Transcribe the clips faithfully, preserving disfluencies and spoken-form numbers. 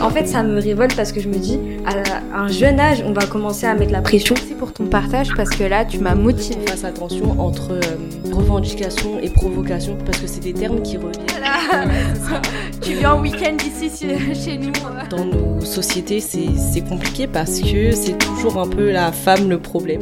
En fait, ça me révolte parce que je me dis, à un jeune âge, on va commencer à mettre la pression. Merci pour ton partage parce que là, tu m'as motivée. Fasse attention entre euh, revendication et provocation parce que c'est des termes qui reviennent. Voilà. Tu viens en week-end ici chez nous. Dans nos sociétés, c'est, c'est compliqué parce que c'est toujours un peu la femme le problème.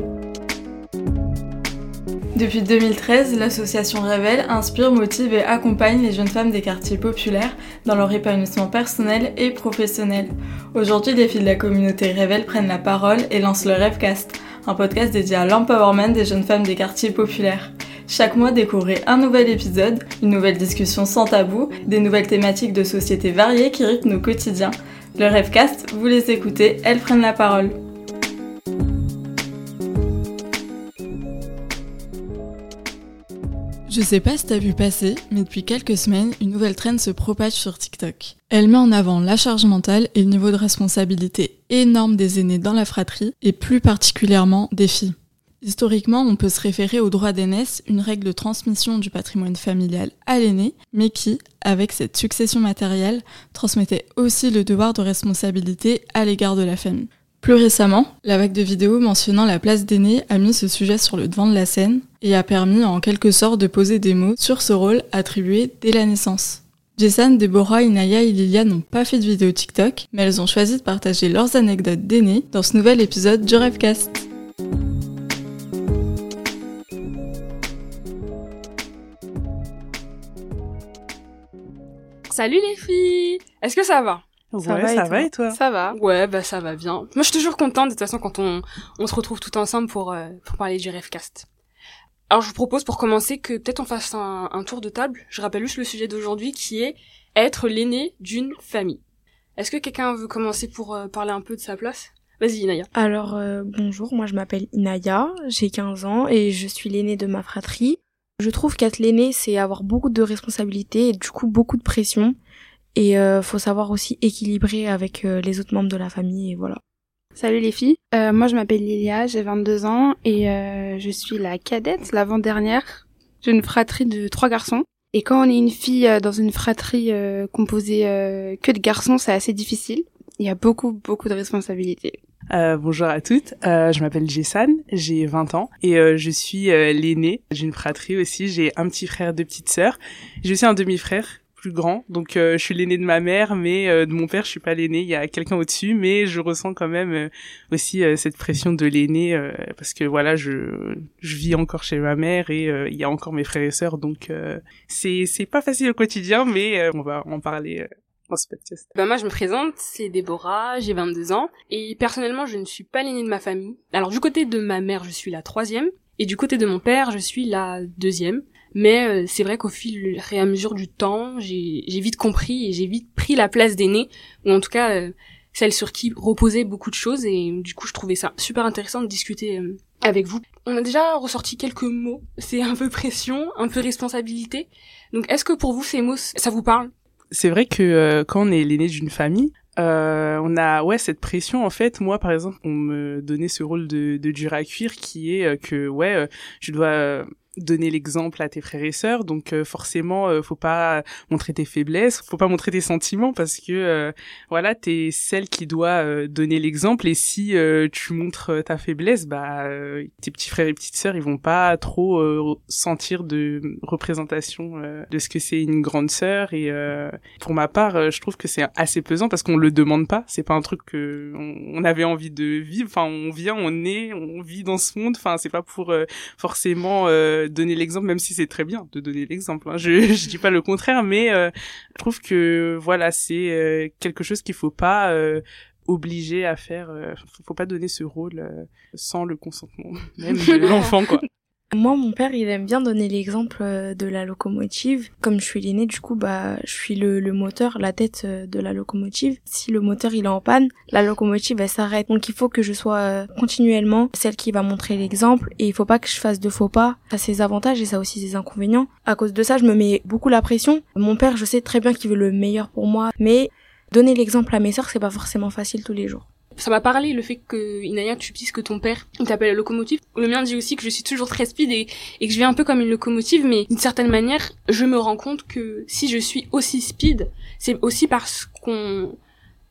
Depuis deux mille treize, l'association Révèle inspire, motive et accompagne les jeunes femmes des quartiers populaires dans leur épanouissement personnel et professionnel. Aujourd'hui, les filles de la communauté Révèle prennent la parole et lancent le Rêvecast, un podcast dédié à l'empowerment des jeunes femmes des quartiers populaires. Chaque mois, découvrez un nouvel épisode, une nouvelle discussion sans tabou, des nouvelles thématiques de société variées qui rythment nos quotidiens. Le Rêvecast, vous les écoutez, elles prennent la parole. Je sais pas si t'as vu passer, mais depuis quelques semaines, une nouvelle trend se propage sur TikTok. Elle met en avant la charge mentale et le niveau de responsabilité énorme des aînés dans la fratrie, et plus particulièrement des filles. Historiquement, on peut se référer au droit d'aînesse, une règle de transmission du patrimoine familial à l'aîné, mais qui, avec cette succession matérielle, transmettait aussi le devoir de responsabilité à l'égard de la famille. Plus récemment, la vague de vidéos mentionnant la place d'aîné a mis ce sujet sur le devant de la scène et a permis en quelque sorte de poser des mots sur ce rôle attribué dès la naissance. Jason, Déborah, Inaya et Lilia n'ont pas fait de vidéo TikTok, mais elles ont choisi de partager leurs anecdotes d'aînés dans ce nouvel épisode du Rêvecast. Salut les filles! Est-ce que ça va? Ça ouais, va ça va et toi? Ça va. Ouais, bah ça va bien. Moi, je suis toujours contente de toute façon quand on on se retrouve tout ensemble pour euh, pour parler du Rêvecast. Alors, je vous propose pour commencer que peut-être on fasse un, un tour de table. Je rappelle juste le sujet d'aujourd'hui qui est être l'aîné d'une famille. Est-ce que quelqu'un veut commencer pour euh, parler un peu de sa place? Vas-y, Inaya. Alors, euh, bonjour, moi je m'appelle Inaya, j'ai quinze ans et je suis l'aînée de ma fratrie. Je trouve qu'être l'aîné, c'est avoir beaucoup de responsabilités et du coup beaucoup de pression. Et euh, faut savoir aussi équilibrer avec euh, les autres membres de la famille et voilà. Salut les filles, euh, moi je m'appelle Lilia, j'ai vingt-deux ans et euh, je suis la cadette, l'avant-dernière d'une fratrie de trois garçons. Et quand on est une fille euh, dans une fratrie euh, composée euh, que de garçons, c'est assez difficile. Il y a beaucoup, beaucoup de responsabilités. Euh, bonjour à toutes, euh, je m'appelle Jason, j'ai vingt ans et euh, je suis euh, l'aînée d'une fratrie aussi. J'ai un petit frère, deux petites sœurs. J'ai aussi un demi-frère plus grand, donc euh, je suis l'aîné de ma mère, mais euh, de mon père je suis pas l'aîné, il y a quelqu'un au-dessus, mais je ressens quand même euh, aussi euh, cette pression de l'aîné euh, parce que voilà, je je vis encore chez ma mère et euh, il y a encore mes frères et sœurs, donc euh, c'est c'est pas facile au quotidien, mais euh, on va en parler euh, dans ce podcast. Bah moi je me présente, c'est Déborah, j'ai vingt-deux ans et personnellement je ne suis pas l'aînée de ma famille. Alors du côté de ma mère je suis la troisième et du côté de mon père je suis la deuxième. Mais euh, c'est vrai qu'au fil et à mesure du temps, j'ai, j'ai vite compris et j'ai vite pris la place d'aînée, ou en tout cas euh, celle sur qui reposaient beaucoup de choses, et du coup je trouvais ça super intéressant de discuter euh, avec vous. On a déjà ressorti quelques mots, c'est un peu pression, un peu responsabilité, donc est-ce que pour vous ces mots, ça vous parle? C'est vrai que euh, quand on est l'aîné d'une famille, euh, on a ouais cette pression en fait. Moi par exemple, on me donnait ce rôle de, de dur à cuire qui est euh, que ouais, euh, je dois... Euh, donner l'exemple à tes frères et sœurs, donc euh, forcément euh, faut pas montrer tes faiblesses, faut pas montrer tes sentiments parce que euh, voilà, t'es celle qui doit euh, donner l'exemple, et si euh, tu montres euh, ta faiblesse, bah euh, tes petits frères et petites sœurs ils vont pas trop euh, sentir de représentation euh, de ce que c'est une grande sœur. Et euh, pour ma part euh, je trouve que c'est assez pesant parce qu'on le demande pas, c'est pas un truc que on, on avait envie de vivre, enfin on vient, on est, on vit dans ce monde, enfin c'est pas pour euh, forcément euh, donner l'exemple, même si c'est très bien de donner l'exemple, hein. je je dis pas le contraire, mais euh, je trouve que voilà, c'est euh, quelque chose qu'il faut pas euh, obliger à faire, euh, faut, faut pas donner ce rôle euh, sans le consentement même de l'enfant, quoi. Moi, mon père, il aime bien donner l'exemple de la locomotive. Comme je suis l'aîné, du coup, bah, je suis le, le moteur, la tête de la locomotive. Si le moteur, il est en panne, la locomotive, elle s'arrête. Donc, il faut que je sois continuellement celle qui va montrer l'exemple, et il faut pas que je fasse de faux pas. Ça a ses avantages et ça a aussi ses inconvénients. À cause de ça, je me mets beaucoup la pression. Mon père, je sais très bien qu'il veut le meilleur pour moi, mais donner l'exemple à mes sœurs, c'est pas forcément facile tous les jours. Ça m'a parlé le fait que, Inaya, tu dises que ton père, il t'appelle la locomotive. Le mien dit aussi que je suis toujours très speed et, et que je viens un peu comme une locomotive, mais d'une certaine manière, je me rends compte que si je suis aussi speed, c'est aussi parce qu'on,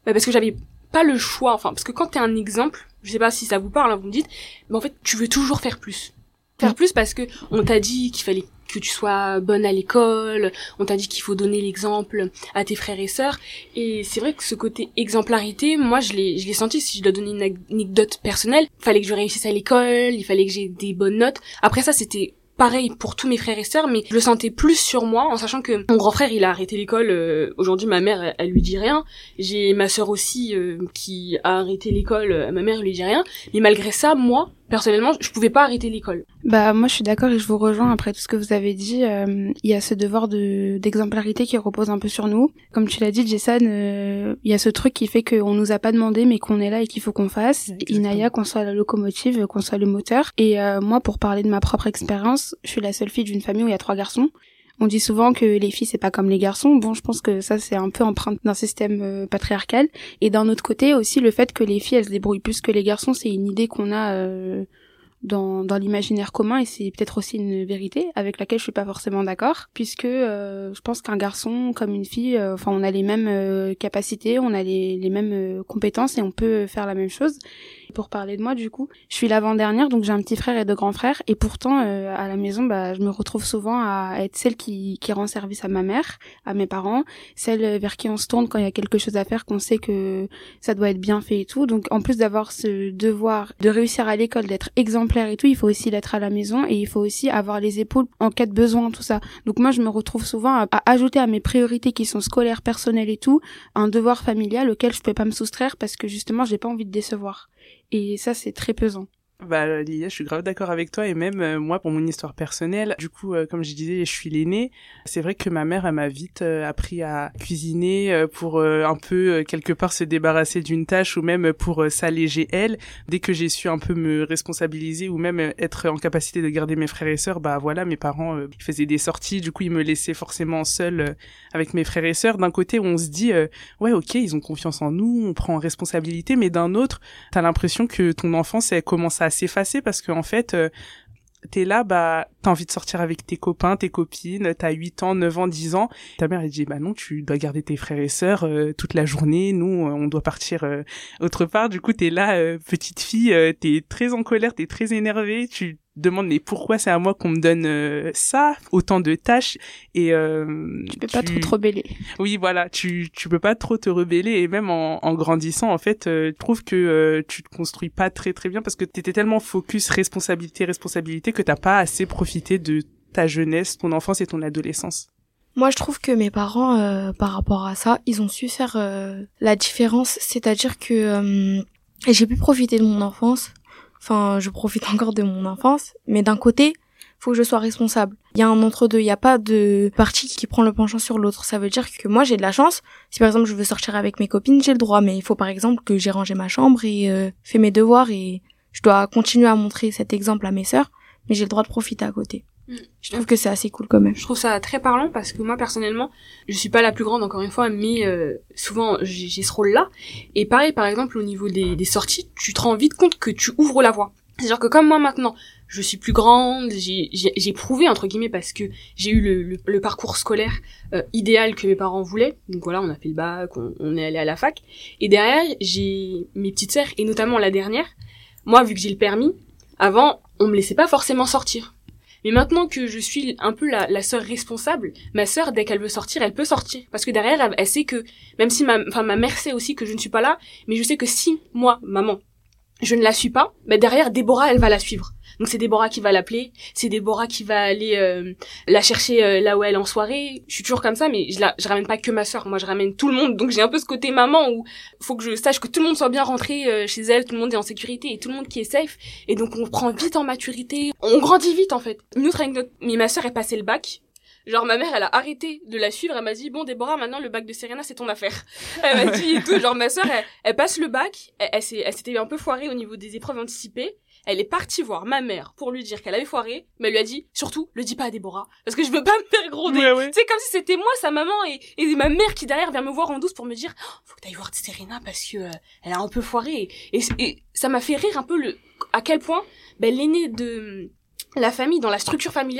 bah parce que j'avais pas le choix, enfin, parce que quand t'es un exemple, je sais pas si ça vous parle, hein, vous me dites, mais en fait, tu veux toujours faire plus. Faire plus parce que on t'a dit qu'il fallait que tu sois bonne à l'école, on t'a dit qu'il faut donner l'exemple à tes frères et sœurs, et c'est vrai que ce côté exemplarité, moi je l'ai je l'ai senti. Si je dois donner une anecdote personnelle, il fallait que je réussisse à l'école, il fallait que j'ai des bonnes notes. Après ça, c'était pareil pour tous mes frères et sœurs, mais je le sentais plus sur moi, en sachant que mon grand frère, il a arrêté l'école. Euh, aujourd'hui, ma mère, elle, elle lui dit rien. J'ai ma sœur aussi euh, qui a arrêté l'école. Euh, ma mère, elle lui dit rien. Mais malgré ça, moi, personnellement, je pouvais pas arrêter l'école. Bah moi, je suis d'accord et je vous rejoins après tout ce que vous avez dit. Euh, il y a ce devoir de d'exemplarité qui repose un peu sur nous. Comme tu l'as dit, Jason, euh, il y a ce truc qui fait qu'on nous a pas demandé, mais qu'on est là et qu'il faut qu'on fasse. Exactement. Inaya, qu'on soit la locomotive, qu'on soit le moteur. Et euh, moi, pour parler de ma propre expérience, je suis la seule fille d'une famille où il y a trois garçons. On dit souvent que les filles c'est pas comme les garçons. Bon, je pense que ça c'est un peu empreinte d'un système euh, patriarcal. Et d'un autre côté aussi, le fait que les filles elles se débrouillent plus que les garçons, c'est une idée qu'on a euh, dans dans l'imaginaire commun, et c'est peut-être aussi une vérité avec laquelle je suis pas forcément d'accord, puisque euh, je pense qu'un garçon comme une fille, euh, enfin on a les mêmes euh, capacités, on a les les mêmes euh, compétences et on peut faire la même chose. Pour parler de moi, du coup, je suis l'avant-dernière, donc j'ai un petit frère et deux grands frères, et pourtant euh, à la maison, bah je me retrouve souvent à être celle qui qui rend service à ma mère, à mes parents, celle vers qui on se tourne quand il y a quelque chose à faire, qu'on sait que ça doit être bien fait et tout. Donc en plus d'avoir ce devoir de réussir à l'école, d'être exemplaire et tout, il faut aussi l'être à la maison, et il faut aussi avoir les épaules en cas de besoin, tout ça. Donc moi je me retrouve souvent à, à ajouter à mes priorités qui sont scolaires, personnelles et tout, un devoir familial auquel je peux pas me soustraire parce que justement j'ai pas envie de décevoir. Et ça, c'est très pesant. Bah Lilia, je suis grave d'accord avec toi, et même euh, moi pour mon histoire personnelle, du coup euh, comme je disais, je suis l'aînée. C'est vrai que ma mère elle m'a vite euh, appris à cuisiner euh, pour euh, un peu euh, quelque part se débarrasser d'une tâche, ou même pour euh, s'alléger elle. Dès que j'ai su un peu me responsabiliser, ou même euh, être en capacité de garder mes frères et sœurs, bah voilà, mes parents euh, ils faisaient des sorties, du coup ils me laissaient forcément seule euh, avec mes frères et sœurs. D'un côté on se dit euh, ouais ok, ils ont confiance en nous, on prend responsabilité, mais d'un autre t'as l'impression que ton enfance elle commence à s'effacer, parce qu'en fait euh, t'es là, bah t'as envie de sortir avec tes copains, tes copines, t'as huit ans, neuf ans, dix ans, ta mère elle dit bah non, tu dois garder tes frères et sœurs euh, toute la journée, nous on doit partir euh, autre part. Du coup t'es là, euh, petite fille, euh, t'es très en colère, t'es très énervée, tu demande mais pourquoi c'est à moi qu'on me donne euh, ça, autant de tâches, et euh, tu peux tu... pas trop te rebeller. Oui voilà, tu tu peux pas trop te rebeller, et même en, en grandissant en fait, euh, je trouve que euh, tu te construis pas très très bien parce que t'étais tellement focus responsabilité responsabilité que t'as pas assez profité de ta jeunesse, ton enfance et ton adolescence. Moi, je trouve que mes parents, euh, par rapport à ça, ils ont su faire euh, la différence, c'est-à-dire que euh, j'ai pu profiter de mon enfance. Enfin, je profite encore de mon enfance, mais d'un côté, faut que je sois responsable. Il y a un entre-deux, il n'y a pas de partie qui prend le penchant sur l'autre. Ça veut dire que moi, j'ai de la chance. Si par exemple, je veux sortir avec mes copines, j'ai le droit, mais il faut par exemple que j'ai rangé ma chambre et euh, fait mes devoirs, et je dois continuer à montrer cet exemple à mes sœurs, mais j'ai le droit de profiter à côté. Mmh. Je trouve que c'est assez cool quand même. Je trouve ça très parlant parce que moi personnellement, je suis pas la plus grande encore une fois, mais euh, souvent j'ai, j'ai ce rôle-là. Et pareil, par exemple au niveau des, des sorties, tu te rends vite compte que tu ouvres la voie. C'est-à-dire que comme moi maintenant, je suis plus grande, j'ai, j'ai, j'ai prouvé entre guillemets parce que j'ai eu le, le, le parcours scolaire euh, idéal que mes parents voulaient. Donc voilà, on a fait le bac, on, on est allé à la fac. Et derrière, j'ai mes petites sœurs, et notamment la dernière. Moi, vu que j'ai le permis, avant, on me laissait pas forcément sortir. Mais maintenant que je suis un peu la, la sœur responsable, ma sœur, dès qu'elle veut sortir, elle peut sortir. Parce que derrière, elle, elle sait que, même si ma, enfin, ma mère sait aussi que je ne suis pas là, mais je sais que si, moi, maman, je ne la suis pas, bah derrière, Déborah, elle va la suivre. Donc c'est Déborah qui va l'appeler, c'est Déborah qui va aller euh, la chercher euh, là où elle est en soirée. Je suis toujours comme ça, mais je la, je ramène pas que ma sœur, moi je ramène tout le monde. Donc j'ai un peu ce côté maman où faut que je sache que tout le monde soit bien rentré euh, chez elle, tout le monde est en sécurité et tout le monde qui est safe. Et donc on prend vite en maturité, on grandit vite en fait. Une autre anecdote, mais ma sœur est passée le bac. Genre ma mère elle a arrêté de la suivre, elle m'a dit bon Déborah maintenant le bac de Serena c'est ton affaire. Elle m'a dit et tout, genre ma sœur elle, elle passe le bac, elle, elle, s'est, elle s'était un peu foirée au niveau des épreuves anticipées. Elle est partie voir ma mère pour lui dire qu'elle avait foiré, mais elle lui a dit surtout le dis pas à Déborah parce que je veux pas me faire gronder. Ouais, ouais. C'est comme si c'était moi sa maman et, et ma mère qui derrière vient me voir en douce pour me dire oh, faut que t'ailles voir Serena parce que euh, elle a un peu foiré. Et, et ça m'a fait rire un peu le à quel point ben l'aîné de la famille dans la structure familiale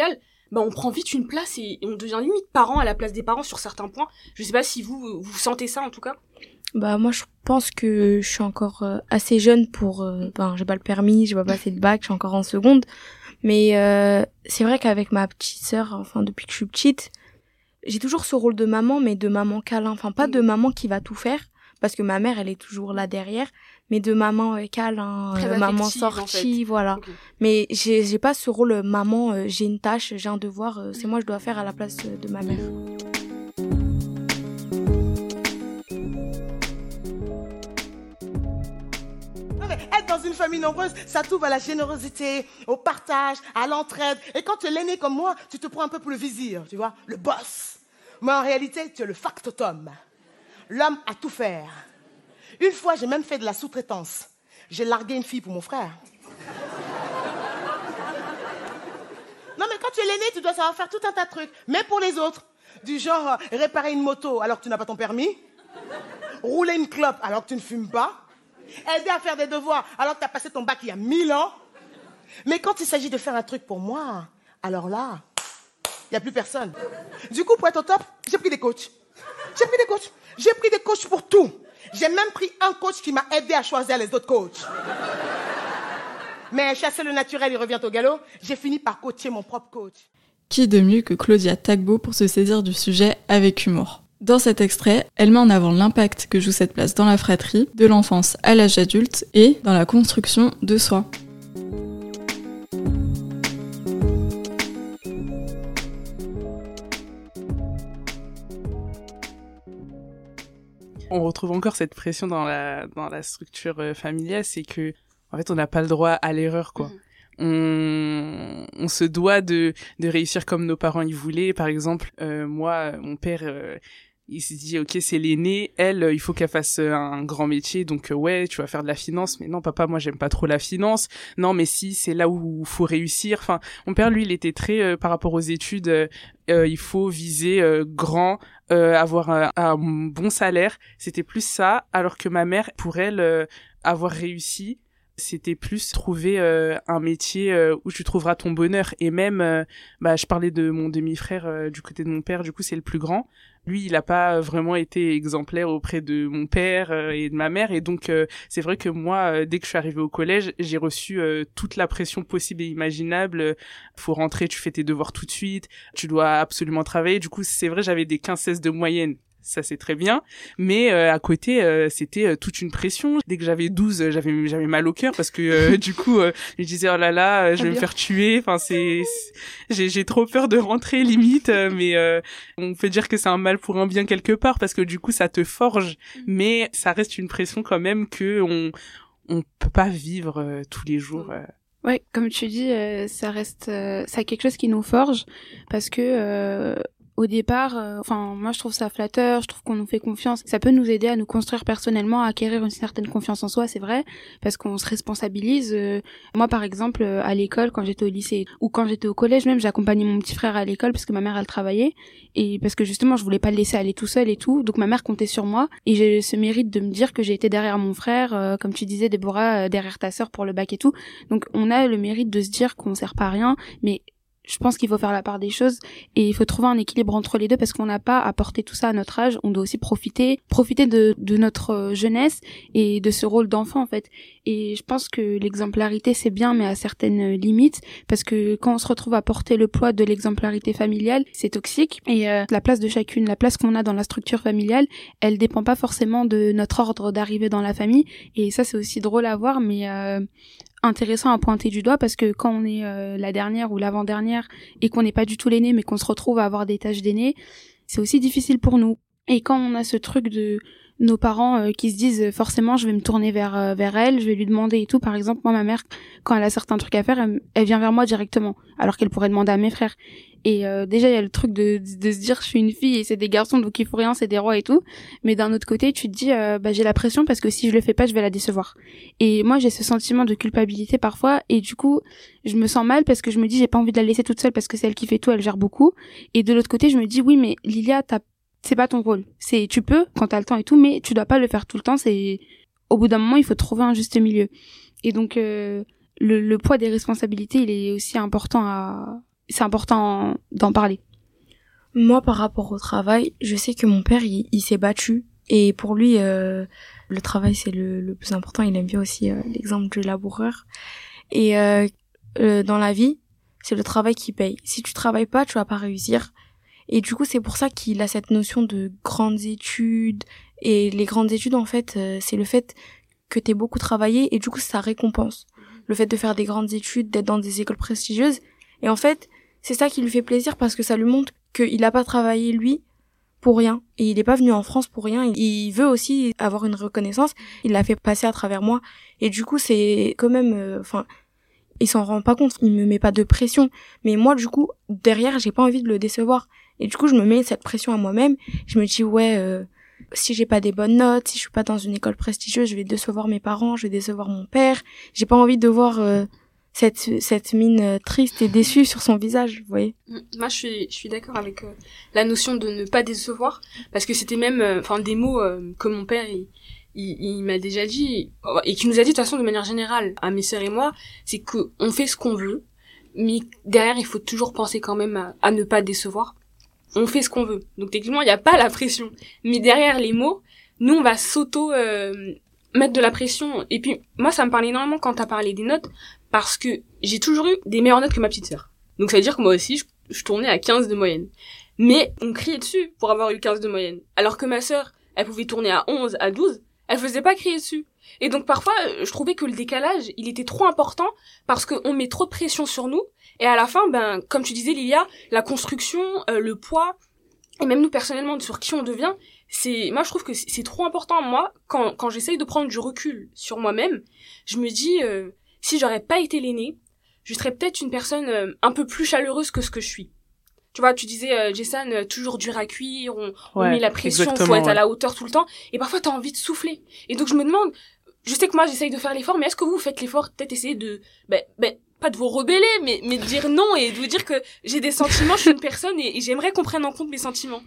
bah on prend vite une place et, et on devient limite parent à la place des parents sur certains points. Je sais pas si vous vous sentez ça en tout cas. Bah moi je pense que je suis encore euh, assez jeune pour euh, ben j'ai pas le permis, j'ai pas passé le bac, je suis encore en seconde, mais euh, c'est vrai qu'avec ma petite sœur, enfin depuis que je suis petite, j'ai toujours ce rôle de maman, mais de maman câlin, enfin pas de maman qui va tout faire, parce que ma mère elle est toujours là derrière, mais de maman euh, câlin, euh, maman sortie, en fait. Voilà. Okay. Mais j'ai j'ai pas ce rôle euh, maman, euh, j'ai une tâche, j'ai un devoir, euh, c'est moi je dois faire à la place euh, de ma mère. Être dans une famille nombreuse, ça t'ouvre à la générosité, au partage, à l'entraide. Et quand tu es l'aîné comme moi, tu te prends un peu pour le vizir, tu vois, le boss. Mais en réalité, tu es le factotum. L'homme à tout faire. Une fois, j'ai même fait de la sous-traitance. J'ai largué une fille pour mon frère. Non, mais quand tu es l'aîné, tu dois savoir faire tout un tas de trucs. Mais pour les autres, du genre euh, réparer une moto alors que tu n'as pas ton permis, rouler une clope alors que tu ne fumes pas, aider à faire des devoirs alors que tu as passé ton bac il y a mille ans. Mais quand il s'agit de faire un truc pour moi, alors là, il n'y a plus personne. Du coup, pour être au top, j'ai pris des coachs. J'ai pris des coachs. J'ai pris des coachs pour tout. J'ai même pris un coach qui m'a aidé à choisir les autres coachs. Mais chasser le naturel, il revient au galop. J'ai fini par coacher mon propre coach. Qui de mieux que Claudia Tagbo pour se saisir du sujet avec humour ? Dans cet extrait, elle met en avant l'impact que joue cette place dans la fratrie, de l'enfance à l'âge adulte et dans la construction de soi. On retrouve encore cette pression dans la dans la structure euh, familiale, c'est que en fait on n'a pas le droit à l'erreur quoi. Mmh. On, on se doit de de réussir comme nos parents y voulaient. Par exemple, euh, moi, mon père, euh, il s'est dit ok c'est l'aînée, elle il faut qu'elle fasse un grand métier, donc euh, ouais tu vas faire de la finance. Mais non papa, moi j'aime pas trop la finance. Non mais si, c'est là où il faut réussir. Enfin mon père lui il était très euh, par rapport aux études, euh, euh, il faut viser euh, grand, euh, avoir un, un bon salaire, c'était plus ça. Alors que ma mère, pour elle, euh, avoir réussi, c'était plus trouver euh, un métier euh, où tu trouveras ton bonheur. Et même euh, bah je parlais de mon demi-frère euh, du côté de mon père, du coup c'est le plus grand. Lui, il a pas vraiment été exemplaire auprès de mon père euh, et de ma mère, et donc euh, c'est vrai que moi, euh, dès que je suis arrivée au collège, j'ai reçu euh, toute la pression possible et imaginable. Faut rentrer, tu fais tes devoirs tout de suite, tu dois absolument travailler. Du coup, c'est vrai, j'avais des quinze seize de moyenne. Ça c'est très bien, mais euh, à côté euh, c'était euh, toute une pression. Dès que j'avais douze, euh, j'avais j'avais mal au cœur parce que euh, du coup euh, je disais oh là là, euh, je vais me faire tuer. Enfin c'est, c'est j'ai j'ai trop peur de rentrer limite, euh, mais euh, on peut dire que c'est un mal pour un bien quelque part parce que du coup ça te forge, mais ça reste une pression quand même que on on peut pas vivre euh, tous les jours. Euh. Ouais, comme tu dis, euh, ça reste euh, ça quelque chose qui nous forge parce que euh, au départ, enfin, euh, moi je trouve ça flatteur, je trouve qu'on nous fait confiance. Ça peut nous aider à nous construire personnellement, à acquérir une certaine confiance en soi, c'est vrai, parce qu'on se responsabilise. Euh, moi par exemple, euh, à l'école, quand j'étais au lycée, ou quand j'étais au collège même, j'accompagnais mon petit frère à l'école parce que ma mère elle travaillait, et parce que justement je voulais pas le laisser aller tout seul et tout, donc ma mère comptait sur moi, et j'ai ce mérite de me dire que j'ai été derrière mon frère, euh, comme tu disais Déborah, euh, derrière ta sœur pour le bac et tout. Donc on a le mérite de se dire qu'on sert pas à rien, mais je pense qu'il faut faire la part des choses et il faut trouver un équilibre entre les deux parce qu'on n'a pas à porter tout ça à notre âge. On doit aussi profiter, profiter de, de notre jeunesse et de ce rôle d'enfant en fait. Et je pense que l'exemplarité c'est bien mais à certaines limites parce que quand on se retrouve à porter le poids de l'exemplarité familiale, c'est toxique et euh, la place de chacune, la place qu'on a dans la structure familiale, elle dépend pas forcément de notre ordre d'arrivée dans la famille et ça c'est aussi drôle à voir mais euh, intéressant à pointer du doigt parce que quand on est euh, la dernière ou l'avant-dernière et qu'on n'est pas du tout l'aîné mais qu'on se retrouve à avoir des tâches d'aîné, c'est aussi difficile pour nous. Et quand on a ce truc de nos parents euh, qui se disent forcément je vais me tourner vers euh, vers elle, je vais lui demander et tout, par exemple moi ma mère quand elle a certains trucs à faire, elle, elle vient vers moi directement alors qu'elle pourrait demander à mes frères. Et euh, déjà il y a le truc de, de de se dire je suis une fille et c'est des garçons donc il faut rien, c'est des rois et tout, mais d'un autre côté tu te dis euh, bah j'ai la pression parce que si je le fais pas je vais la décevoir. Et moi j'ai ce sentiment de culpabilité parfois et du coup je me sens mal parce que je me dis j'ai pas envie de la laisser toute seule parce que c'est elle qui fait tout, elle gère beaucoup. Et de l'autre côté je me dis oui mais Lilia t'as c'est pas ton rôle. C'est tu peux quand t'as le temps et tout mais tu dois pas le faire tout le temps, c'est au bout d'un moment il faut trouver un juste milieu. Et donc euh, le le poids des responsabilités, il est aussi important à c'est important d'en parler. Moi, par rapport au travail, je sais que mon père, il, il s'est battu. Et pour lui, euh, le travail, c'est le, le plus important. Il aime bien aussi euh, l'exemple du laboureur. Et euh, euh, dans la vie, c'est le travail qui paye. Si tu travailles pas, tu vas pas réussir. Et du coup, c'est pour ça qu'il a cette notion de grandes études. Et les grandes études, en fait, euh, c'est le fait que t'aies beaucoup travaillé. Et du coup, ça récompense. Le fait de faire des grandes études, d'être dans des écoles prestigieuses. Et en fait, c'est ça qui lui fait plaisir parce que ça lui montre qu'il a pas travaillé, lui, pour rien. Et il est pas venu en France pour rien. Il veut aussi avoir une reconnaissance. Il l'a fait passer à travers moi. Et du coup, c'est quand même... Enfin, euh, il s'en rend pas compte. Il me met pas de pression. Mais moi, du coup, derrière, j'ai pas envie de le décevoir. Et du coup, je me mets cette pression à moi-même. Je me dis, ouais, euh, si j'ai pas des bonnes notes, si je suis pas dans une école prestigieuse, je vais décevoir mes parents, je vais décevoir mon père. J'ai pas envie de voir... Euh, cette cette mine triste et déçue sur son visage, vous voyez. Moi, je suis je suis d'accord avec euh, la notion de ne pas décevoir, parce que c'était même enfin euh, des mots euh, que mon père il, il, il m'a déjà dit et qui nous a dit de toute façon de manière générale à mes sœurs et moi, c'est que on fait ce qu'on veut, mais derrière il faut toujours penser quand même à, à ne pas décevoir. On fait ce qu'on veut, donc techniquement il y a pas la pression, mais derrière les mots, nous on va s'auto euh, mettre de la pression. Et puis moi ça me parlait énormément quand t'as parlé des notes, parce que j'ai toujours eu des meilleures notes que ma petite sœur. Donc ça veut dire que moi aussi, je, je tournais à quinze de moyenne. Mais on criait dessus pour avoir eu quinze de moyenne. Alors que ma sœur, elle pouvait tourner à onze, à douze, elle faisait pas crier dessus. Et donc parfois, je trouvais que le décalage, il était trop important parce qu'on met trop de pression sur nous. Et à la fin, ben, comme tu disais Lilia, la construction, euh, le poids, et même nous personnellement, sur qui on devient, c'est, moi je trouve que c'est, c'est trop important. Moi, quand, quand j'essaye de prendre du recul sur moi-même, je me dis... Euh, si j'aurais pas été l'aînée, je serais peut-être une personne euh, un peu plus chaleureuse que ce que je suis. Tu vois, tu disais, euh, Jason, euh, toujours dur à cuire, on, on ouais, met la pression, faut être ouais. à la hauteur tout le temps, et parfois t'as envie de souffler. Et donc je me demande, je sais que moi j'essaye de faire l'effort, mais est-ce que vous faites l'effort, peut-être essayer de, ben, ben, pas de vous rebeller, mais, mais de dire non et de vous dire que j'ai des sentiments, je suis une personne et, et j'aimerais qu'on prenne en compte mes sentiments.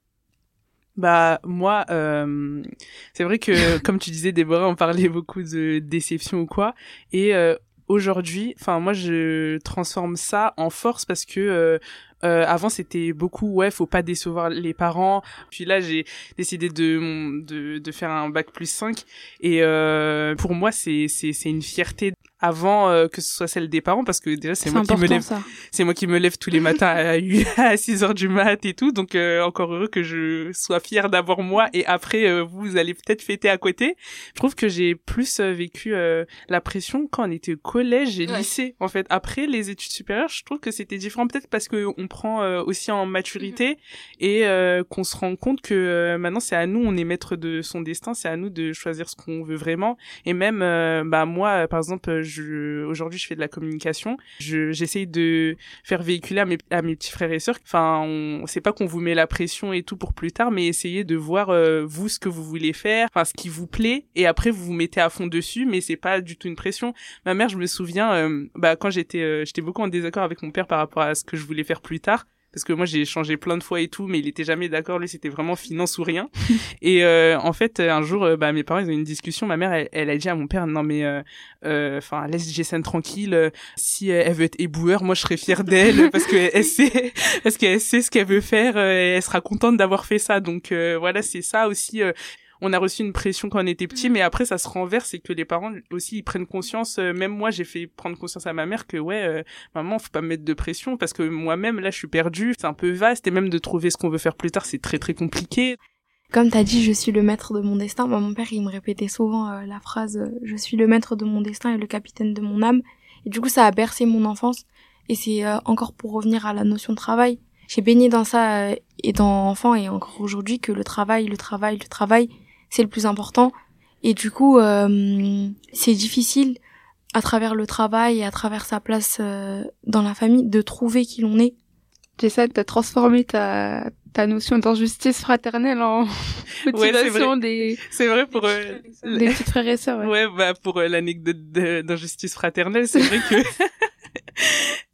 Bah moi, euh, c'est vrai que comme tu disais, Déborah, on parlait beaucoup de déception ou quoi, et euh, aujourd'hui, enfin moi je transforme ça en force parce que euh, euh, avant c'était beaucoup ouais faut pas décevoir les parents. Puis là j'ai décidé de de de faire un bac plus cinq et euh, pour moi c'est c'est c'est une fierté avant euh, que ce soit celle des parents parce que déjà c'est, c'est moi qui me lève ça. c'est moi qui me lève tous les matins à, à six heures du mat et tout, donc euh, encore heureux que je sois fière d'abord moi et après euh, vous allez peut-être fêter à côté. Je trouve que j'ai plus euh, vécu euh, la pression quand on était au collège et ouais. lycée en fait. Après les études supérieures, je trouve que c'était différent, peut-être parce que on prend euh, aussi en maturité mmh. et euh, qu'on se rend compte que euh, maintenant c'est à nous, on est maître de son destin, c'est à nous de choisir ce qu'on veut vraiment. Et même euh, bah moi par exemple Je, aujourd'hui, je fais de la communication. Je, j'essaye de faire véhiculer à mes, à mes petits frères et sœurs. Enfin, on, c'est pas qu'on vous met la pression et tout pour plus tard, mais essayez de voir euh, vous ce que vous voulez faire, enfin ce qui vous plaît, et après vous vous mettez à fond dessus. Mais c'est pas du tout une pression. Ma mère, je me souviens, euh, bah quand j'étais, euh, j'étais beaucoup en désaccord avec mon père par rapport à ce que je voulais faire plus tard. Parce que moi j'ai changé plein de fois et tout, mais il était jamais d'accord. Lui c'était vraiment finance ou rien. Et euh, en fait un jour euh, bah mes parents ils ont eu une discussion. Ma mère elle, elle a dit à mon père non mais enfin euh, euh, laisse Jessane tranquille. Euh, si elle veut être éboueur, moi je serais fière d'elle parce que elle sait parce qu'elle sait ce qu'elle veut faire. Euh, et elle sera contente d'avoir fait ça. Donc euh, voilà c'est ça aussi. Euh, on a reçu une pression quand on était petit, mais après ça se renverse et que les parents aussi ils prennent conscience. Euh, même moi j'ai fait prendre conscience à ma mère que ouais euh, maman faut pas me mettre de pression parce que moi-même là je suis perdue, c'est un peu vaste et même de trouver ce qu'on veut faire plus tard c'est très très compliqué. Comme t'as dit je suis le maître de mon destin, moi, mon père il me répétait souvent euh, la phrase euh, je suis le maître de mon destin et le capitaine de mon âme, et du coup ça a bercé mon enfance. Et c'est euh, encore pour revenir à la notion de travail, j'ai baigné dans ça euh, étant enfant et encore aujourd'hui que le travail, le travail, le travail c'est le plus important. Et du coup, euh, c'est difficile, à travers le travail et à travers sa place euh, dans la famille, de trouver qui l'on est. J'essaie de transformer ta, ta notion d'injustice fraternelle en motivation ouais, des... C'est vrai pour... Euh, des petits frères et sœurs. Ouais, ouais bah pour euh, l'anecdote de, d'injustice fraternelle, c'est vrai que...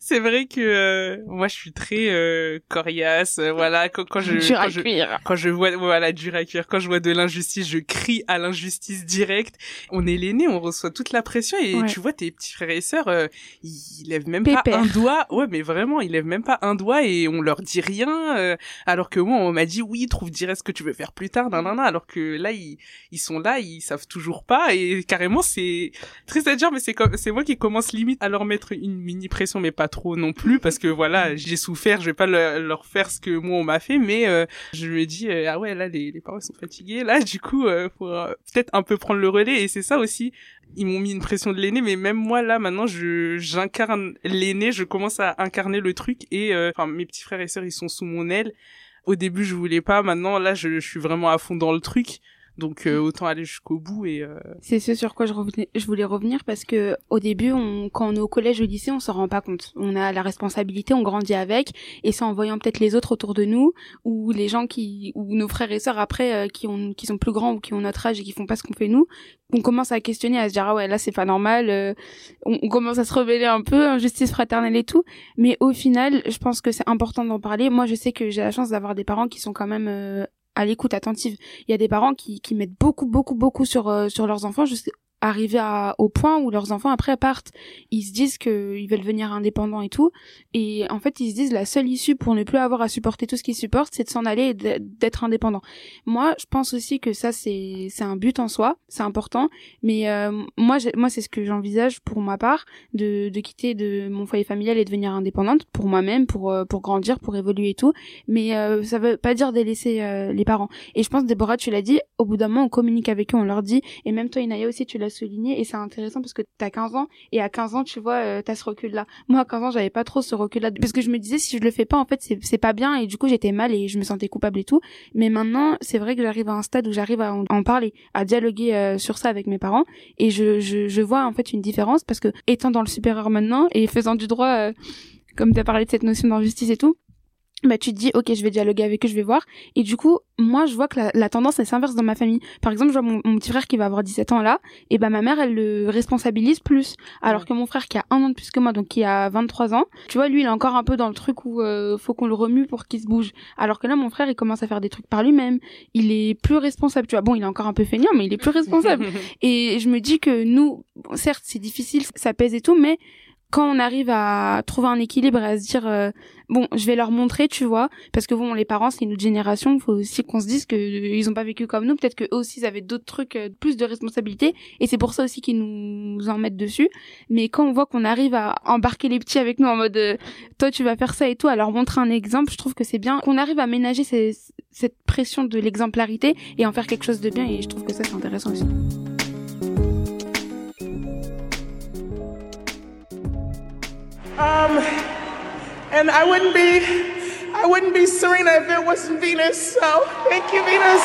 C'est vrai que euh, moi je suis très euh, coriace, euh, voilà, quand, quand je dur à quand je, cuire. quand je vois voilà dur à cuire, quand je vois de l'injustice, je crie à l'injustice directe. On est l'aîné, on reçoit toute la pression et Ouais. tu vois tes petits frères et sœurs, euh, ils, ils lèvent même Pépère. pas un doigt. Ouais, mais vraiment, ils lèvent même pas un doigt et on leur dit rien. Euh, alors que moi on m'a dit oui, trouve direct ce que tu veux faire plus tard, nan nan nan. Alors que là ils ils sont là, ils savent toujours pas et carrément c'est triste à dire, mais c'est comme c'est moi qui commence limite à leur mettre une mini pression, mais pas trop non plus parce que voilà, j'ai souffert, je vais pas le, leur faire ce que moi on m'a fait, mais euh, je me dis euh, ah ouais là les les parents sont fatigués là, du coup euh, faut euh, peut-être un peu prendre le relais et c'est ça aussi. Ils m'ont mis une pression de l'aîné, mais même moi là maintenant je j'incarne l'aîné, je commence à incarner le truc et euh, enfin mes petits frères et sœurs ils sont sous mon aile. Au début je voulais pas, maintenant là je, je suis vraiment à fond dans le truc. Donc euh, autant aller jusqu'au bout et euh... C'est ce sur quoi je, revenais, je voulais revenir parce que au début, on, quand on est au collège ou au lycée, on s'en rend pas compte. On a la responsabilité, on grandit avec, et c'est en voyant peut-être les autres autour de nous ou les gens qui ou nos frères et sœurs après euh, qui ont qui sont plus grands ou qui ont notre âge et qui font pas ce qu'on fait nous, qu'on commence à questionner, à se dire ah ouais là c'est pas normal. Euh, on, on commence à se rebeller un peu, injustice fraternelle et tout. Mais au final, je pense que c'est important d'en parler. Moi, je sais que j'ai la chance d'avoir des parents qui sont quand même euh, à l'écoute attentive. Il y a des parents qui qui mettent beaucoup beaucoup beaucoup sur euh, sur leurs enfants jusqu'à arriver à au point où leurs enfants après partent, ils se disent que ils veulent devenir indépendants et tout, et en fait ils se disent la seule issue pour ne plus avoir à supporter tout ce qu'ils supportent, c'est de s'en aller et d'être indépendant. Moi je pense aussi que ça c'est c'est un but en soi, c'est important, mais euh, moi j'ai, moi c'est ce que j'envisage pour ma part, de de quitter de mon foyer familial et devenir indépendante pour moi-même, pour euh, pour grandir, pour évoluer et tout, mais euh, ça veut pas dire délaisser euh, les parents. Et je pense, Déborah, tu l'as dit, au bout d'un moment on communique avec eux, on leur dit, et même toi Inaya aussi tu l'as souligné, et c'est intéressant parce que t'as quinze ans, et à quinze ans tu vois euh, t'as ce recul là. Moi à quinze ans j'avais pas trop ce recul là parce que je me disais si je le fais pas en fait c'est c'est pas bien, et du coup j'étais mal et je me sentais coupable et tout. Mais maintenant c'est vrai que j'arrive à un stade où j'arrive à en, en parler, à dialoguer euh, sur ça avec mes parents, et je je je vois en fait une différence parce que étant dans le supérieur maintenant et faisant du droit, euh, comme t'as parlé de cette notion d'injustice et tout, bah tu te dis ok je vais dialoguer avec eux, je vais voir, et du coup moi je vois que la, la tendance elle s'inverse dans ma famille. Par exemple je vois mon, mon petit frère qui va avoir dix-sept ans là, et bah ma mère elle le responsabilise plus, alors ouais. que mon frère qui a un an de plus que moi, donc qui a vingt-trois ans, tu vois lui il est encore un peu dans le truc où euh, faut qu'on le remue pour qu'il se bouge, alors que là mon frère il commence à faire des trucs par lui-même, il est plus responsable, tu vois. Bon il est encore un peu feignant mais il est plus responsable. Et je me dis que nous bon, certes c'est difficile, ça pèse et tout, mais quand on arrive à trouver un équilibre et à se dire euh, bon je vais leur montrer, tu vois, parce que bon les parents c'est une autre génération, il faut aussi qu'on se dise que euh, ils ont pas vécu comme nous, peut-être que eux aussi ils avaient d'autres trucs, euh, plus de responsabilités, et c'est pour ça aussi qu'ils nous en mettent dessus. Mais quand on voit qu'on arrive à embarquer les petits avec nous en mode euh, toi tu vas faire ça et tout, à leur montrer un exemple, je trouve que c'est bien qu'on arrive à ménager ces, cette pression de l'exemplarité et en faire quelque chose de bien, et je trouve que ça c'est intéressant aussi. Um, and I wouldn't be, I wouldn't be Serena if it wasn't Venus. So thank you, Venus.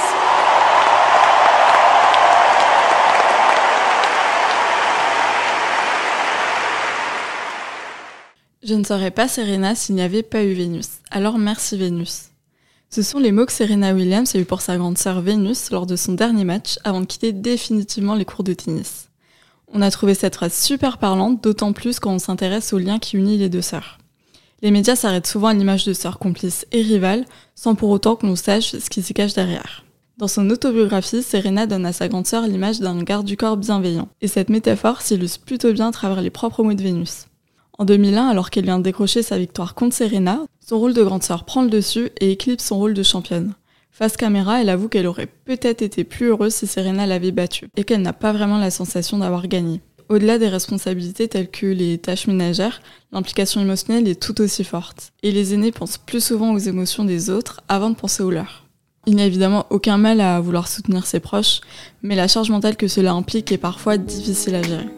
Je ne serais pas Serena s'il n'y avait pas eu Vénus. Alors merci Vénus. Ce sont les mots que Serena Williams a eu pour sa grande sœur Vénus lors de son dernier match avant de quitter définitivement les cours de tennis. On a trouvé cette phrase super parlante, d'autant plus quand on s'intéresse au lien qui unit les deux sœurs. Les médias s'arrêtent souvent à l'image de sœurs complices et rivales, sans pour autant que l'on sache ce qui s'y cache derrière. Dans son autobiographie, Serena donne à sa grande sœur l'image d'un garde du corps bienveillant, et cette métaphore s'illustre plutôt bien à travers les propres mots de Vénus. En deux mille un, alors qu'elle vient de décrocher sa victoire contre Serena, son rôle de grande sœur prend le dessus et éclipse son rôle de championne. Face caméra, elle avoue qu'elle aurait peut-être été plus heureuse si Serena l'avait battue, et qu'elle n'a pas vraiment la sensation d'avoir gagné. Au-delà des responsabilités telles que les tâches ménagères, l'implication émotionnelle est tout aussi forte, et les aînés pensent plus souvent aux émotions des autres avant de penser aux leurs. Il n'y a évidemment aucun mal à vouloir soutenir ses proches, mais la charge mentale que cela implique est parfois difficile à gérer.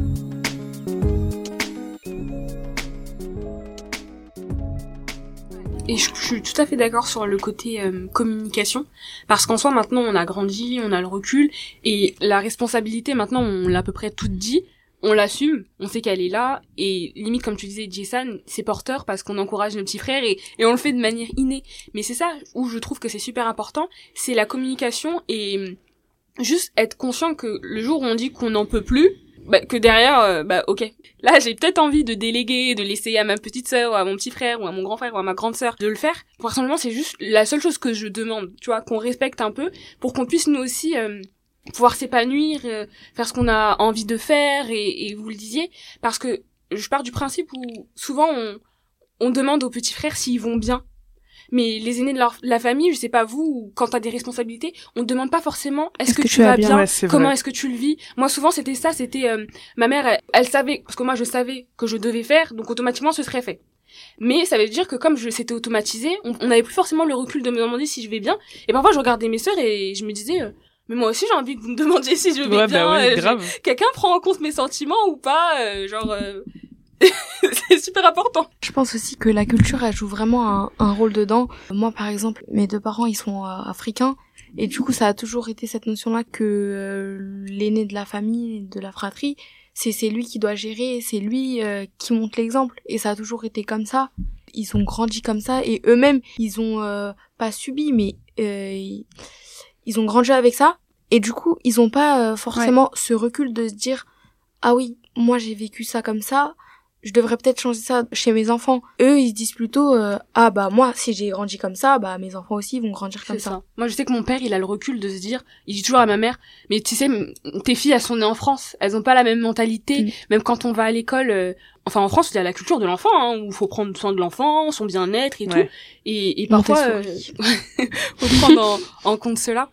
Et je, je suis tout à fait d'accord sur le côté euh, communication, parce qu'en soi maintenant on a grandi, on a le recul, et la responsabilité maintenant on l'a à peu près toute dit, on l'assume, on sait qu'elle est là, et limite comme tu disais Jason, c'est porteur parce qu'on encourage nos petits frères et, et on le fait de manière innée. Mais c'est ça où je trouve que c'est super important, c'est la communication et juste être conscient que le jour où on dit qu'on n'en peut plus, bah, que derrière, euh, bah ok. Là, j'ai peut-être envie de déléguer, de laisser à ma petite sœur, ou à mon petit frère, ou à mon grand frère, ou à ma grande sœur de le faire. Personnellement, c'est juste la seule chose que je demande, tu vois, qu'on respecte un peu, pour qu'on puisse nous aussi euh, pouvoir s'épanouir, euh, faire ce qu'on a envie de faire, et, et vous le disiez, parce que je pars du principe où souvent on, on demande aux petits frères s'ils vont bien. Mais les aînés de, leur, de la famille, je sais pas vous, quand t'as des responsabilités, on te demande pas forcément est-ce, est-ce que, que tu vas bien, bien ouais, comment vrai. Est-ce que tu le vis. Moi souvent c'était ça, c'était euh, ma mère, elle, elle savait, parce que moi je savais que je devais faire, donc automatiquement ce serait fait. Mais ça veut dire que comme je c'était automatisé, on, on avait plus forcément le recul de me demander si je vais bien. Et parfois je regardais mes sœurs et je me disais euh, mais moi aussi j'ai envie que vous me demandiez si je vais ouais, bien. Bah oui, euh, grave. Je, quelqu'un prend en compte mes sentiments ou pas, euh, genre. Euh, c'est super important. Je pense aussi que la culture, elle joue vraiment un, un rôle dedans. Moi, par exemple, mes deux parents, ils sont euh, africains. Et du coup, ça a toujours été cette notion-là que euh, l'aîné de la famille, de la fratrie, c'est, c'est lui qui doit gérer, c'est lui euh, qui montre l'exemple. Et ça a toujours été comme ça. Ils ont grandi comme ça. Et eux-mêmes, ils ont euh, pas subi, mais euh, ils, ils ont grandi avec ça. Et du coup, ils ont pas euh, forcément ouais. ce recul de se dire « Ah oui, moi j'ai vécu ça comme ça ». Je devrais peut-être changer ça chez mes enfants. Eux, ils se disent plutôt euh, ah bah moi si j'ai grandi comme ça, bah mes enfants aussi vont grandir comme ça. ça. Moi je sais que mon père, il a le recul de se dire, il dit toujours à ma mère, mais tu sais tes filles elles sont nées en France, elles ont pas la même mentalité, mmh. même quand on va à l'école euh, enfin en France, il y a la culture de l'enfant hein, où il faut prendre soin de l'enfant, son bien-être et ouais. tout et et parfois euh, faut prendre en, en compte cela.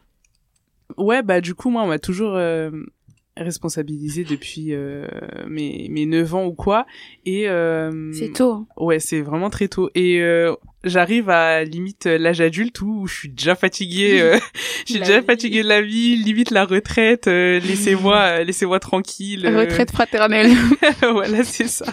Ouais, bah du coup moi on m'a toujours euh... responsabilisée depuis euh, mes mes neuf ans ou quoi et euh, c'est tôt hein. Ouais, c'est vraiment très tôt et euh, j'arrive à limite l'âge adulte où je suis déjà fatiguée euh, je suis déjà vie. fatiguée de la vie, limite la retraite, euh, laissez-moi euh, laissez-moi tranquille. Euh... Retraite fraternelle. Voilà, c'est ça.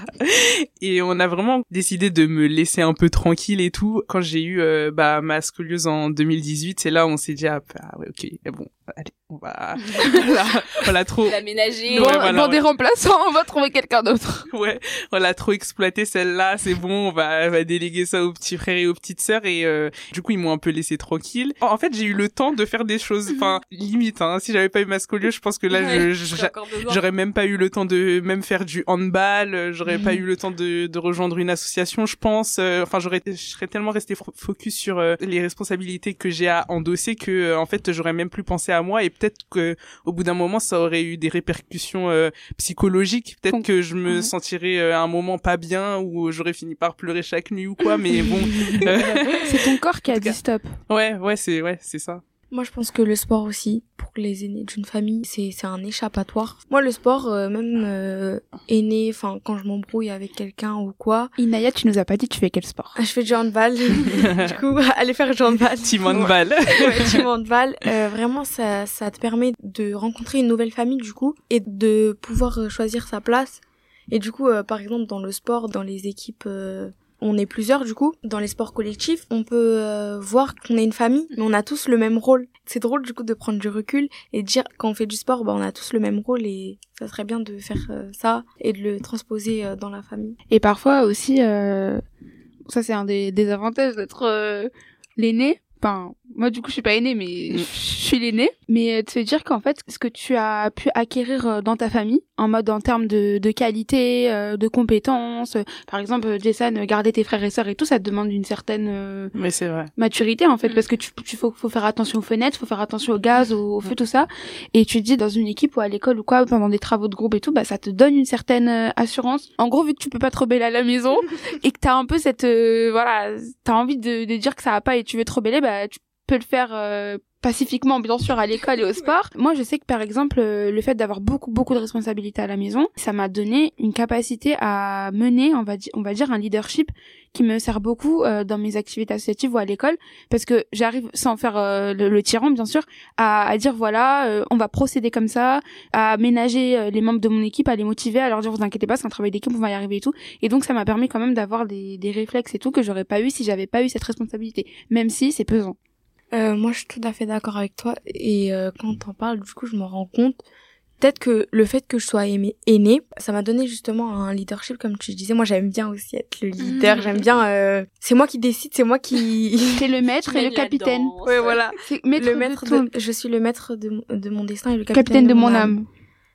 Et on a vraiment décidé de me laisser un peu tranquille et tout. Quand j'ai eu euh, bah ma scoliose en deux mille dix-huit, c'est là où on s'est dit ah, ah ouais, OK, bon, allez, on va voilà, on l'a trop l'aménager. Bon, ouais, voilà, bon ouais. Des remplaçants, on va trouver quelqu'un d'autre. Ouais, on l'a trop exploité celle-là, c'est bon, on va on va déléguer ça aux petits frères et aux petites sœurs et euh, du coup ils m'ont un peu laissé tranquille. En fait, j'ai eu le temps de faire des choses enfin limite hein, si j'avais pas eu ma scoliose, je pense que là ouais, je, je j'aurais même pas eu le temps de même faire du handball, j'aurais mmh. pas eu le temps de de rejoindre une association, je pense. Euh, enfin, j'aurais je serais tellement resté focus sur euh, les responsabilités que j'ai à endosser que euh, en fait, j'aurais même plus pensé à moi et peut-être que au bout d'un moment ça aurait eu des répercussions euh, psychologiques, peut-être bon. que je me ouais. sentirais euh, à un moment pas bien ou j'aurais fini par pleurer chaque nuit ou quoi, mais bon euh... c'est ton corps qui a dit stop. Ouais, ouais, c'est ouais, c'est ça. Moi, je pense que le sport aussi, pour les aînés d'une famille, c'est c'est un échappatoire. Moi, le sport, euh, même euh, aîné, enfin, quand je m'embrouille avec quelqu'un ou quoi. Inaya, tu nous as pas dit tu fais quel sport? Je fais du handball. Du coup, aller faire du handball. Team handball. Ouais, team handball. Euh, vraiment, ça ça te permet de rencontrer une nouvelle famille, du coup, et de pouvoir choisir sa place. Et du coup, euh, par exemple, dans le sport, dans les équipes... Euh, on est plusieurs du coup. Dans les sports collectifs, on peut euh, voir qu'on est une famille, mais on a tous le même rôle. C'est drôle du coup de prendre du recul et de dire quand on fait du sport, bah on a tous le même rôle et ça serait bien de faire euh, ça et de le transposer euh, dans la famille. Et parfois aussi, euh, ça c'est un des, des avantages d'être euh, l'aîné. Enfin, moi du coup je suis pas aînée mais je suis l'aînée, mais de se dire qu'en fait ce que tu as pu acquérir dans ta famille en mode en termes de de qualité, de compétences, par exemple Jason, garder tes frères et sœurs et tout, ça te demande une certaine mais c'est vrai. maturité en fait, parce que tu tu faut faut faire attention aux fenêtres, faut faire attention au gaz, au, au feu, tout ça, et tu te dis dans une équipe ou à l'école ou quoi pendant des travaux de groupe et tout, bah ça te donne une certaine assurance. En gros, vu que tu peux pas te rebeller à la maison et que t'as un peu cette euh, voilà, t'as envie de de dire que ça va pas et tu veux te rebeller, bah tu peux le faire euh, pacifiquement, bien sûr, à l'école et au sport. Moi, je sais que, par exemple, euh, le fait d'avoir beaucoup, beaucoup de responsabilités à la maison, ça m'a donné une capacité à mener, on va dire, on va dire, un leadership qui me sert beaucoup euh, dans mes activités associatives ou à l'école, parce que j'arrive, sans faire euh, le, le tyran, bien sûr, à, à dire, voilà, euh, on va procéder comme ça, à ménager euh, les membres de mon équipe, à les motiver, à leur dire, vous inquiétez pas, c'est un travail d'équipe, on va y arriver et tout. Et donc, ça m'a permis quand même d'avoir des, des réflexes et tout que j'aurais pas eu si j'avais pas eu cette responsabilité, même si c'est pesant. Euh, moi, je suis tout à fait d'accord avec toi. Et euh, quand t'en parles, du coup, je me rends compte peut-être que le fait que je sois aimée, aînée, ça m'a donné justement un leadership, comme tu disais. Moi, j'aime bien aussi être le leader. Mmh. J'aime bien... Euh... C'est moi qui décide, c'est moi qui... C'est le maître et le capitaine. Ouais, voilà. C'est maître le maître de de... Je suis le maître de, de mon destin et le capitaine, capitaine de, de mon âme. âme.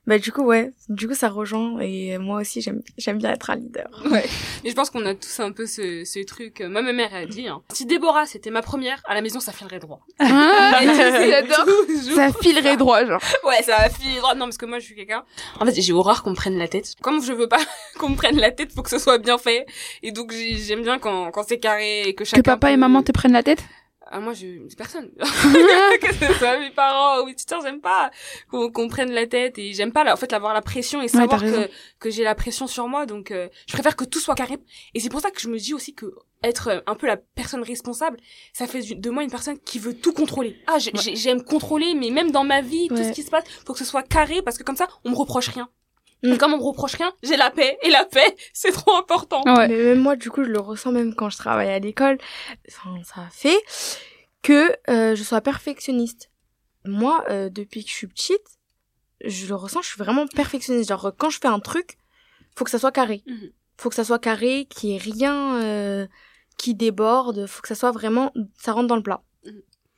Bah du coup ouais, du coup ça rejoint et moi aussi j'aime j'aime bien être un leader. Ouais. Et je pense qu'on a tous un peu ce ce truc. Moi ma mère elle a dit hein, si Déborah c'était ma première à la maison ça filerait droit. Ah, j'adore. Ça filerait droit genre. Ouais, ça va filer droit. Non parce que moi je suis quelqu'un. En fait, j'ai horreur qu'on me prenne la tête. Comme je veux pas qu'on me prenne la tête, faut que ce soit bien fait. Et donc j'aime bien quand quand c'est carré et que chacun Que papa peut... et maman te prennent la tête? Ah, moi, je, c'est personne. Que ce soit mes parents ou mes tuteurs, j'aime pas qu'on, qu'on prenne la tête et j'aime pas, là, en fait, avoir la pression et savoir ouais, que, que j'ai la pression sur moi. Donc, euh, je préfère que tout soit carré. Et c'est pour ça que je me dis aussi que être un peu la personne responsable, ça fait de moi une personne qui veut tout contrôler. Ah, j'ai, ouais. j'aime contrôler, mais même dans ma vie, ouais. tout ce qui se passe, faut que ce soit carré parce que comme ça, on me reproche rien. Et mmh. comme on me reproche rien, j'ai la paix. Et la paix, c'est trop important. Ouais. Mais même moi, du coup, je le ressens même quand je travaille à l'école. Enfin, ça fait que euh, je sois perfectionniste. Moi, euh, depuis que je suis petite, je le ressens, je suis vraiment perfectionniste. Genre, quand je fais un truc, faut que ça soit carré. Mmh. Faut que ça soit carré, qu'il y ait rien euh, qui déborde. Faut que ça soit vraiment, ça rentre dans le plat. Mmh.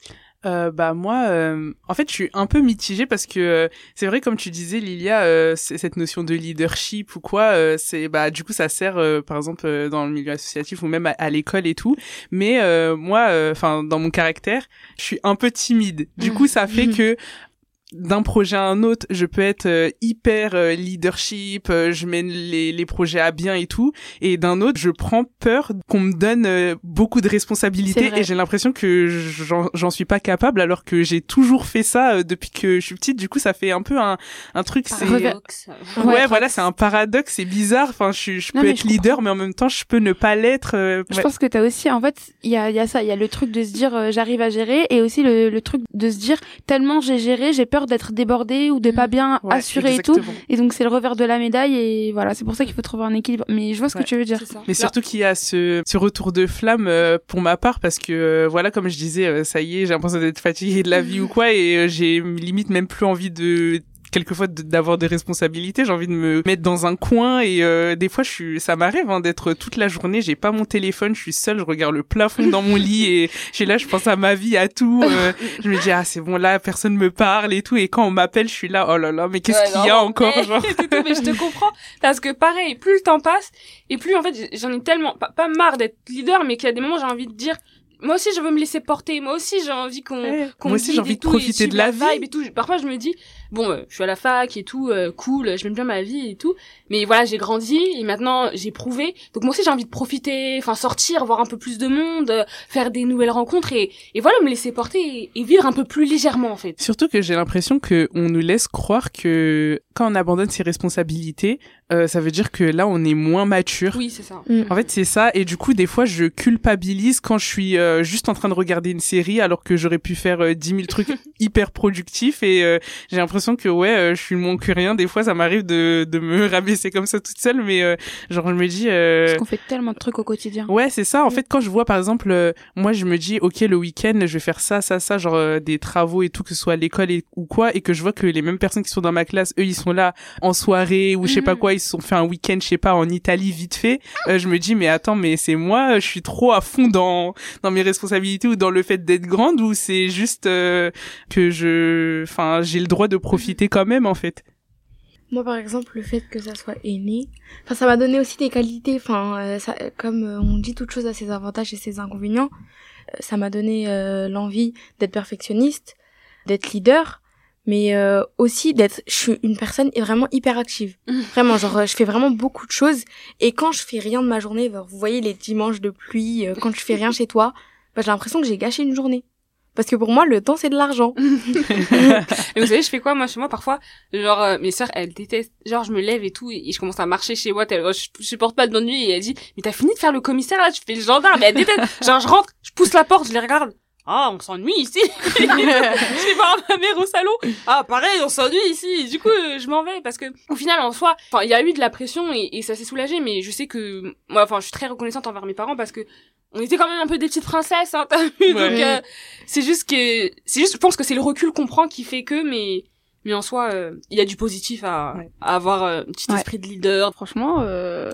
Euh, bah moi, euh, en fait, je suis un peu mitigée parce que euh, c'est vrai, comme tu disais, Lilia, euh, cette notion de leadership ou quoi, euh, c'est bah du coup ça sert, euh, par exemple, euh, dans le milieu associatif ou même à, à l'école et tout. Mais euh, moi, enfin, euh, dans mon caractère, je suis un peu timide. Du coup, ça fait que d'un projet à un autre, je peux être euh, hyper euh, leadership, euh, je mène les, les projets à bien et tout, et d'un autre, je prends peur qu'on me donne euh, beaucoup de responsabilités et j'ai l'impression que j'en, j'en suis pas capable alors que j'ai toujours fait ça euh, depuis que je suis petite. Du coup, ça fait un peu un un truc, paradoxe. c'est ouais, ouais voilà, c'est un paradoxe, c'est bizarre. Enfin, je je peux non, être je leader, comprends. mais en même temps, je peux ne pas l'être. Euh, je ouais. pense que t'as aussi, en fait, il y a il y a ça, il y a le truc de se dire euh, j'arrive à gérer et aussi le le truc de se dire tellement j'ai géré, j'ai peur d'être débordée ou de pas bien ouais, assurer et tout, et donc c'est le revers de la médaille et voilà, c'est pour ça qu'il faut trouver un équilibre. Mais je vois ce ouais, que tu veux dire. Mais surtout qu'il y a ce ce retour de flamme euh, pour ma part parce que euh, voilà, comme je disais, euh, ça y est, j'ai l'impression d'être fatiguée de la vie ou quoi, et euh, j'ai limite même plus envie de quelquefois d'avoir des responsabilités, j'ai envie de me mettre dans un coin et euh, des fois je suis ça m'arrive hein, d'être toute la journée, j'ai pas mon téléphone, je suis seule, je regarde le plafond dans mon lit et je suis là, je pense à ma vie, à tout, euh, je me dis ah c'est bon là personne me parle et tout, et quand on m'appelle je suis là oh là là mais qu'est-ce ouais, qu'il y a non, encore mais, genre mais je te comprends parce que pareil, plus le temps passe et plus en fait j'en ai tellement pas, pas marre d'être leader, mais qu'il y a des moments j'ai envie de dire moi aussi je veux me laisser porter, moi aussi j'ai envie qu'on ouais, qu'on moi aussi j'ai envie de profiter de la, la vie et tout. Parfois je me dis bon euh, je suis à la fac et tout, euh, cool, j'aime bien ma vie et tout, mais voilà, j'ai grandi et maintenant j'ai prouvé, donc moi aussi j'ai envie de profiter, enfin sortir, voir un peu plus de monde, euh, faire des nouvelles rencontres et et voilà, me laisser porter et, et vivre un peu plus légèrement en fait. Surtout que j'ai l'impression que on nous laisse croire que quand on abandonne ses responsabilités, euh, ça veut dire que là on est moins mature. Oui, c'est ça. Mm. En fait, c'est ça, et du coup des fois je culpabilise quand je suis euh, juste en train de regarder une série alors que j'aurais pu faire euh, dix mille trucs hyper productifs, et euh, j'ai l'impression que ouais euh, je suis moins que rien. Des fois ça m'arrive de de me rabaisser comme ça toute seule, mais euh, genre je me dis euh... parce qu'on fait tellement de trucs au quotidien. Ouais, c'est ça. En fait, quand je vois par exemple euh, moi je me dis OK, le week-end je vais faire ça ça ça genre euh, des travaux et tout, que ce soit à l'école et, ou quoi, et que je vois que les mêmes personnes qui sont dans ma classe, eux ils sont là en soirée ou je sais pas quoi, ils se sont fait un week-end je sais pas en Italie vite fait, euh, je me dis mais attends, mais c'est moi, je suis trop à fond dans dans mes responsabilités ou dans le fait d'être grande, ou c'est juste euh, que je enfin j'ai le droit de profiter quand même en fait. Moi par exemple, le fait que ça soit aîné, enfin ça m'a donné aussi des qualités, enfin euh, ça, comme euh, on dit, toute chose a ses avantages et ses inconvénients, euh, ça m'a donné euh, l'envie d'être perfectionniste, d'être leader, mais euh, aussi d'être, je suis une personne vraiment hyper active. Vraiment, genre je fais vraiment beaucoup de choses, et quand je fais rien de ma journée, bah, vous voyez les dimanches de pluie, euh, quand je fais rien chez toi, bah, j'ai l'impression que j'ai gâché une journée. Parce que pour moi, le temps, c'est de l'argent. Et vous savez, je fais quoi, moi, chez moi, parfois, genre, euh, mes sœurs, elles détestent, genre, je me lève et tout, et je commence à marcher chez moi, tel, je, je supporte pas d'ennui, et elle dit, mais t'as fini de faire le commissaire, là, tu fais le gendarme, mais elle déteste. Genre, je rentre, je pousse la porte, je les regarde. Ah, on s'ennuie ici. Je vais voir ma mère au salon. Ah, pareil, on s'ennuie ici. Du coup, euh, je m'en vais parce que, au final, en soi, enfin, il y a eu de la pression et, et ça s'est soulagé, mais je sais que, moi, enfin, je suis très reconnaissante envers mes parents parce que on était quand même un peu des petites princesses, hein, t'as vu. Ouais. Donc, euh, c'est juste que, c'est juste, je pense que c'est le recul qu'on prend qui fait que, mais, mais en soi, il euh, y a du positif à, ouais. à avoir euh, un petit ouais. esprit de leader. Franchement, euh...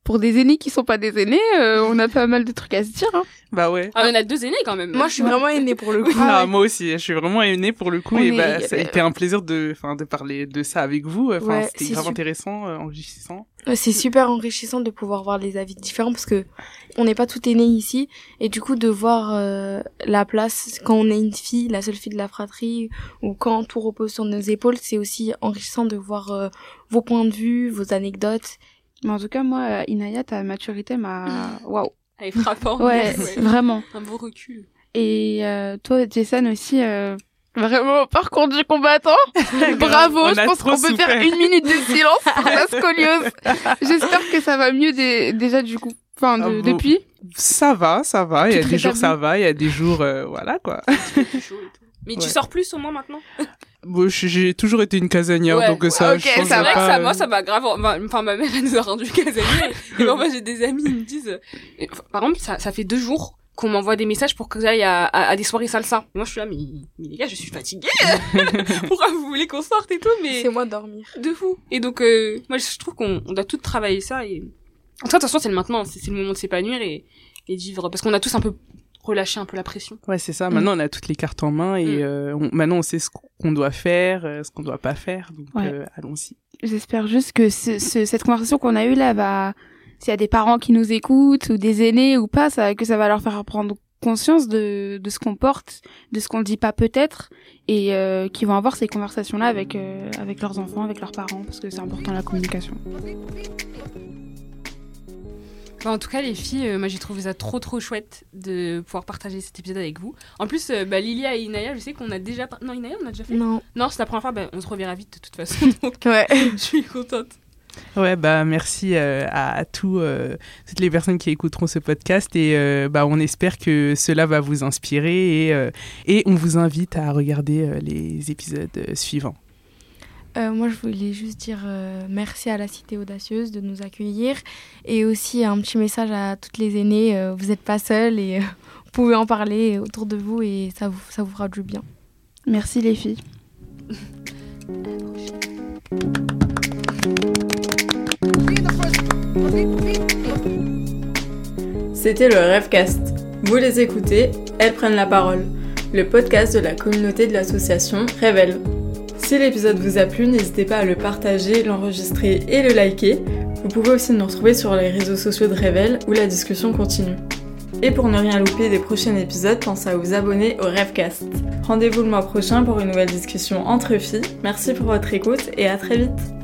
pour des aînés qui sont pas des aînés, euh, on a pas mal de trucs à se dire. Hein. Bah ouais. Ah, on a deux aînés quand même. Moi, je suis vraiment aînée pour le coup. Ah, moi aussi, je suis vraiment aînée pour le coup. On et est- bah, ça a été un plaisir de, enfin, de parler de ça avec vous. Enfin, Ouais, c'était c'est grave super. intéressant, euh, enrichissant. Ouais, c'est super enrichissant de pouvoir voir les avis différents parce que on n'est pas toutes aînées ici et du coup de voir euh, la place quand on est une fille, la seule fille de la fratrie ou quand tout repose sur nos épaules, c'est aussi enrichissant de voir euh, vos points de vue, vos anecdotes. Mais en tout cas, moi, euh, Inaya, ta maturité m'a... Waouh. Elle est frappante. Ouais, vraiment. Un beau recul. Et euh, toi, Jason aussi, euh, vraiment, parcours du combattant. Bravo, On je a pense trop qu'on peut faire souffert. une minute de silence pour la scoliose. J'espère que ça va mieux dé- déjà du coup. Enfin, de- Ah bon. depuis. Ça va, ça va. Il y a Tu te des jours, rétablis. ça va. Il y a des jours, euh, voilà, quoi. C'est chaud et tout. Mais tu Ouais. sors plus au moins maintenant? Bon, j'ai- j'ai toujours été une casanière, Ouais. donc euh, ça, Ok, je ça pense C'est va. vrai que pas, ça, euh, moi, ça m'a grave, enfin, enfin, ma mère, elle nous a rendu casanier. Et ben, moi, j'ai des amis, ils me disent, euh, et, enfin, par exemple, ça, ça fait deux jours qu'on m'envoie des messages pour que j'aille à, à, à des soirées salsa. Et moi, je suis là, mais, mais les gars, je suis fatiguée. Pourquoi vous voulez qu'on sorte et tout, mais C'est moi dormir. de fou. Et donc, euh, moi, je trouve qu'on on doit tout travailler ça et, en tout cas, de toute façon, c'est le maintenant, c'est c'est le moment de s'épanouir et, et de vivre, parce qu'on a tous un peu relâché un peu la pression. Ouais, c'est ça. Maintenant, on a toutes les cartes en main et Mm. euh, on- maintenant, on sait ce qu'on doit faire, euh, ce qu'on doit pas faire. Donc, Ouais. euh, allons-y. J'espère juste que ce, ce- cette conversation qu'on a eue là va... S'il y a des parents qui nous écoutent ou des aînés ou pas, ça, que ça va leur faire prendre conscience de, de ce qu'on porte, de ce qu'on dit pas peut-être, et euh, qui vont avoir ces conversations-là avec, euh, avec leurs enfants, avec leurs parents, parce que c'est important la communication. Enfin, en tout cas, les filles, euh, moi j'ai trouvé ça trop trop chouette de pouvoir partager cet épisode avec vous. En plus, euh, bah, Lilia et Inaya, je sais qu'on a déjà. par- Non, Inaya, on a déjà fait. Non. Non, c'est la première fois, bah, on se reverra vite de toute façon. Donc, Ouais. je suis contente. Ouais, bah merci euh, à, à tous, euh, toutes les personnes qui écouteront ce podcast et euh, bah on espère que cela va vous inspirer et euh, et on vous invite à regarder euh, les épisodes euh, suivants. Euh, moi, je voulais juste dire euh, merci à la Cité Audacieuse de nous accueillir et aussi un petit message à toutes les aînées. Euh, vous n'êtes pas seules et euh, vous pouvez en parler autour de vous et ça vous, ça vous fera du bien. Merci les filles. C'était le Rêvecast. Vous les écoutez, elles prennent la parole. Le podcast de la communauté de l'association Révèle. Si l'épisode vous a plu, n'hésitez pas à le partager, l'enregistrer et le liker. Vous pouvez aussi nous retrouver sur les réseaux sociaux de Révèle où la discussion continue. Et pour ne rien louper des prochains épisodes, pensez à vous abonner au Rêvecast. Rendez-vous le mois prochain pour une nouvelle discussion entre filles. Merci pour votre écoute et à très vite.